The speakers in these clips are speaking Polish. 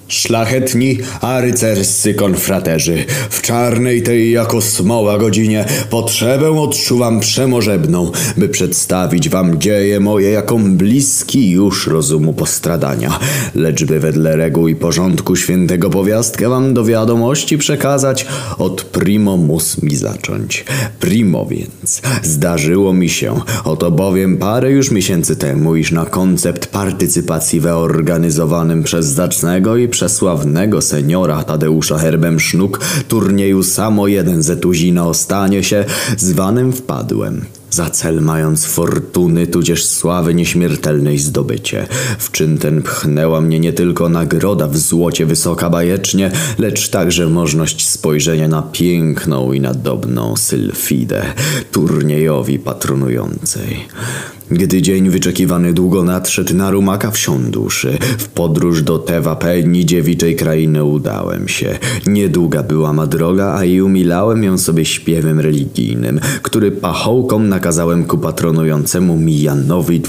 Szlachetni, a rycerscy konfraterzy, w czarnej tej jako smoła godzinie potrzebę odczuwam przemożebną, by przedstawić wam dzieje moje, jaką bliski już rozumu postradania. Lecz by wedle reguł i porządku świętego powiastkę wam do wiadomości przekazać, od primo mus mi zacząć. Primo więc, zdarzyło mi się, oto bowiem parę już miesięcy temu, iż na koncept partycypacji organizowanym przez zacnego i przesławnego seniora Tadeusza Herbem Sznuk turnieju samo jeden ze tuzina o stanie się zwanym wpadłem. Za cel mając fortuny, tudzież sławy nieśmiertelnej zdobycie. W czyn ten pchnęła mnie nie tylko nagroda w złocie wysoka bajecznie, lecz także możność spojrzenia na piękną i nadobną Sylfidę, turniejowi patronującej. Gdy dzień wyczekiwany długo nadszedł, na rumaka wsiądłszy, w podróż do Tewapenni dziewiczej krainy udałem się. Niedługa była ma droga, a i umilałem ją sobie śpiewem religijnym, który pachołkom nakazałem ku patronującemu mi Janowi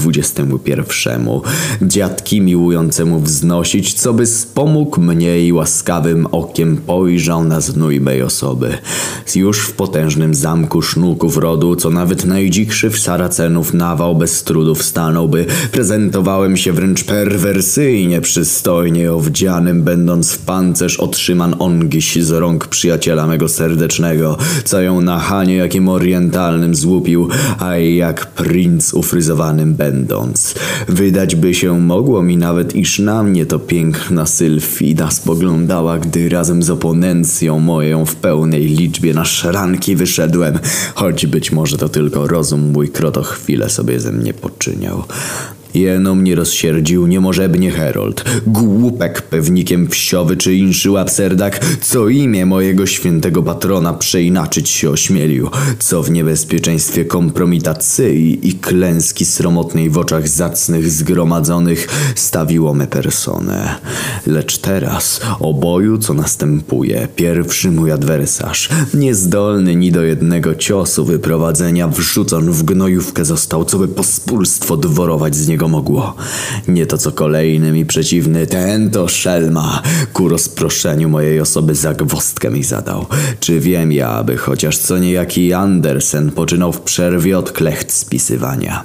XXI, dziadki miłującemu wznosić, co by wspomógł mnie i łaskawym okiem pojrzał na znój mej osoby. Już w potężnym zamku Sznuków rodu, co nawet najdzikszy w Saracenów nawał bez trudu wstanąłby, prezentowałem się wręcz perwersyjnie przystojnie owdzianym, będąc w pancerz otrzyman ongiś z rąk przyjaciela mego serdecznego, co ją na chanie jakim orientalnym złupił, a jak princ ufryzowanym będąc. Wydać by się mogło mi nawet, iż na mnie to piękna Sylfida spoglądała, gdy razem z oponencją moją w pełnej liczbie na szranki wyszedłem, choć być może to tylko rozum mój kroto chwilę sobie ze mnie poczyniał. Jeno mnie rozsierdził niemożebnie Herold, głupek pewnikiem wsiowy czy inszy łapserdak, co imię mojego świętego patrona przeinaczyć się ośmielił, co w niebezpieczeństwie kompromitacji i klęski sromotnej w oczach zacnych zgromadzonych stawiło me personę. Lecz teraz o boju, co następuje, pierwszy mój adwersarz, niezdolny ni do jednego ciosu wyprowadzenia, wrzucon w gnojówkę został, co by pospólstwo dworować z niego mogło. Nie to co kolejny mi przeciwny, ten to szelma, ku rozproszeniu mojej osoby zagwozdkę mi zadał. Czy wiem ja, aby chociaż co niejaki Andersen poczynał w przerwie od klecht spisywania.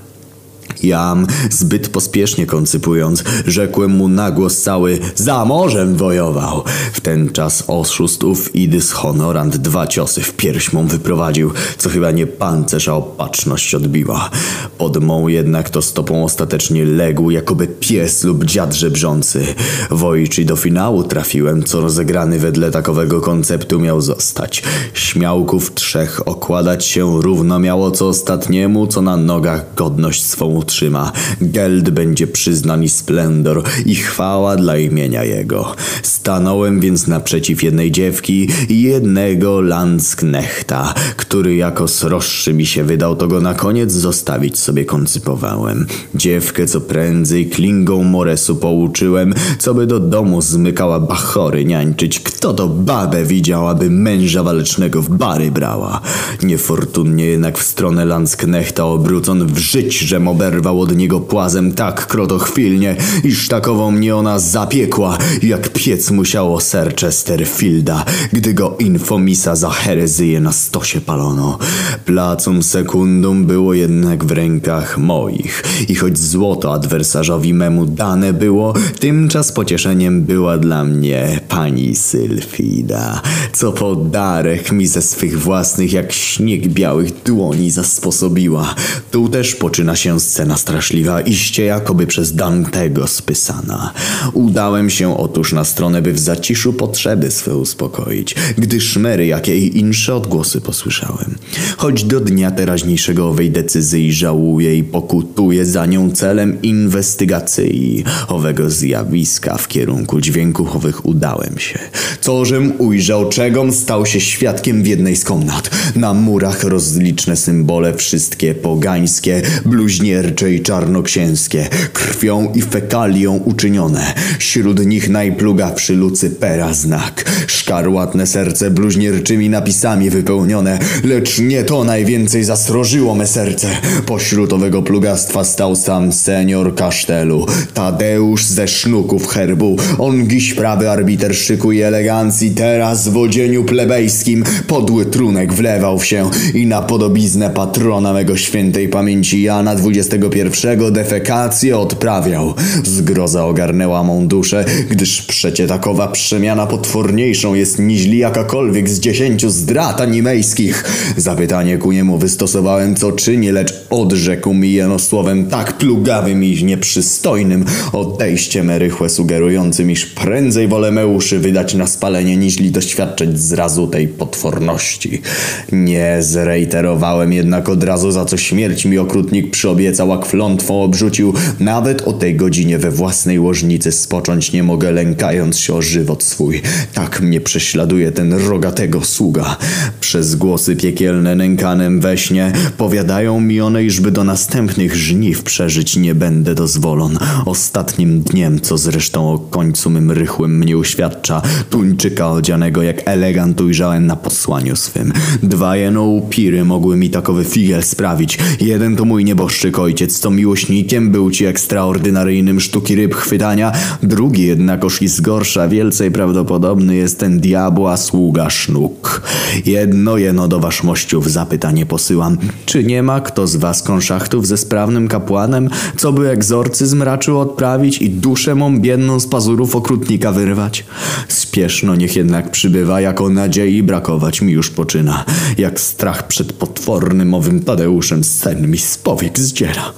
Jam, zbyt pospiesznie koncypując, rzekłem mu na głos cały: za morzem wojował. W ten czas oszust ów i dyshonorant 2 ciosy w pierś mą wyprowadził, co chyba nie pancerz, a opatrzność odbiła. Pod mą jednak to stopą ostatecznie legł, jakoby pies lub dziad żebrzący. Wojczy do finału trafiłem, co rozegrany wedle takowego konceptu miał zostać. Śmiałków 3 okładać się równo miało co ostatniemu, co na nogach godność swą utrzyma. Geld będzie przyznan i splendor i chwała dla imienia jego. Stanąłem więc naprzeciw jednej dziewki i jednego landsknechta, który jako sroższy mi się wydał, to go na koniec zostawić sobie koncypowałem. Dziewkę co prędzej klingą moresu pouczyłem, co by do domu zmykała bachory niańczyć. Kto to babę widział, aby męża walecznego w bary brała? Niefortunnie jednak w stronę landsknechta obrócon w żyć, żem oberwał od niego płazem tak krotochwilnie, iż takową mnie ona zapiekła, jak piec musiało Sir Chesterfielda, gdy go infomisa za herezyję na stosie palono. Placum secundum było jednak w rękach moich i choć złoto adwersarzowi memu dane było, tymczas pocieszeniem była dla mnie pani Sylfida, co podarek mi ze swych własnych jak śnieg białych dłoni zasposobiła. Tu też poczyna się scena straszliwa, iście jakoby przez Dantego spysana. Udałem się otóż na stronę, by w zaciszu potrzeby swe uspokoić, gdy szmery jakie i insze odgłosy posłyszałem. Choć do dnia teraźniejszego owej decyzji żałuję i pokutuję za nią celem inwestygacji owego zjawiska w kierunku dźwięków owych udałem się. Cożem ujrzał, czegom stał się świadkiem w jednej z komnat. Na murach rozliczne symbole, wszystkie pogańskie, bluźniercze mordercze i czarnoksięskie, krwią i fekalią uczynione. Wśród nich najplugawszy Lucypera znak, szkarłatne serce bluźnierczymi napisami wypełnione, lecz nie to najwięcej zastrożyło me serce. Pośród owego plugastwa stał sam senior kasztelu, Tadeusz ze sznuków herbu. On dziś prawy arbiter szyku i elegancji, teraz w odzieniu plebejskim podły trunek wlewał w się i na podobiznę patrona mego świętej pamięci Jana XXI defekację odprawiał. Zgroza ogarnęła mą duszę, gdyż przecie takowa przemiana potworniejszą jest niźli jakakolwiek z 10 zdrad animejskich. Zapytanie ku niemu wystosowałem, co czyni, lecz odrzekł mi jenosłowem tak plugawym i nieprzystojnym, odejście me rychłe sugerującym, iż prędzej wolę me uszy wydać na spalenie, niźli doświadczyć zrazu tej potworności. Nie zreiterowałem jednak od razu, za co śmierć mi okrutnik przyobiecał, a klątwą obrzucił. Nawet o tej godzinie we własnej łożnicy spocząć nie mogę, lękając się o żywot swój. Tak mnie prześladuje ten rogatego sługa. Przez głosy piekielne nękanem we śnie powiadają mi one, iżby do następnych żniw przeżyć nie będę dozwolon. Ostatnim dniem, co zresztą o końcu mym rychłym mnie uświadcza, tuńczyka odzianego jak elegant ujrzałem na posłaniu swym. 2 jeno upiry mogły mi takowy figiel sprawić. Jeden to mój nieboszczyk ojciec, co miłośnikiem był ci ekstraordynaryjnym sztuki ryb chwytania, drugi jednakoż i z gorsza, wielcej prawdopodobny jest ten diabła sługa sznuk. Jedno jeno do waszmościów zapytanie posyłam. Czy nie ma kto z was konszachtów ze sprawnym kapłanem, co by egzorcyzm raczył odprawić i duszę mą biedną z pazurów okrutnika wyrwać? Spieszno niech jednak przybywa, jako nadziei brakować mi już poczyna. Jak strach przed potwornym owym Tadeuszem sen mi z powiek zdziera.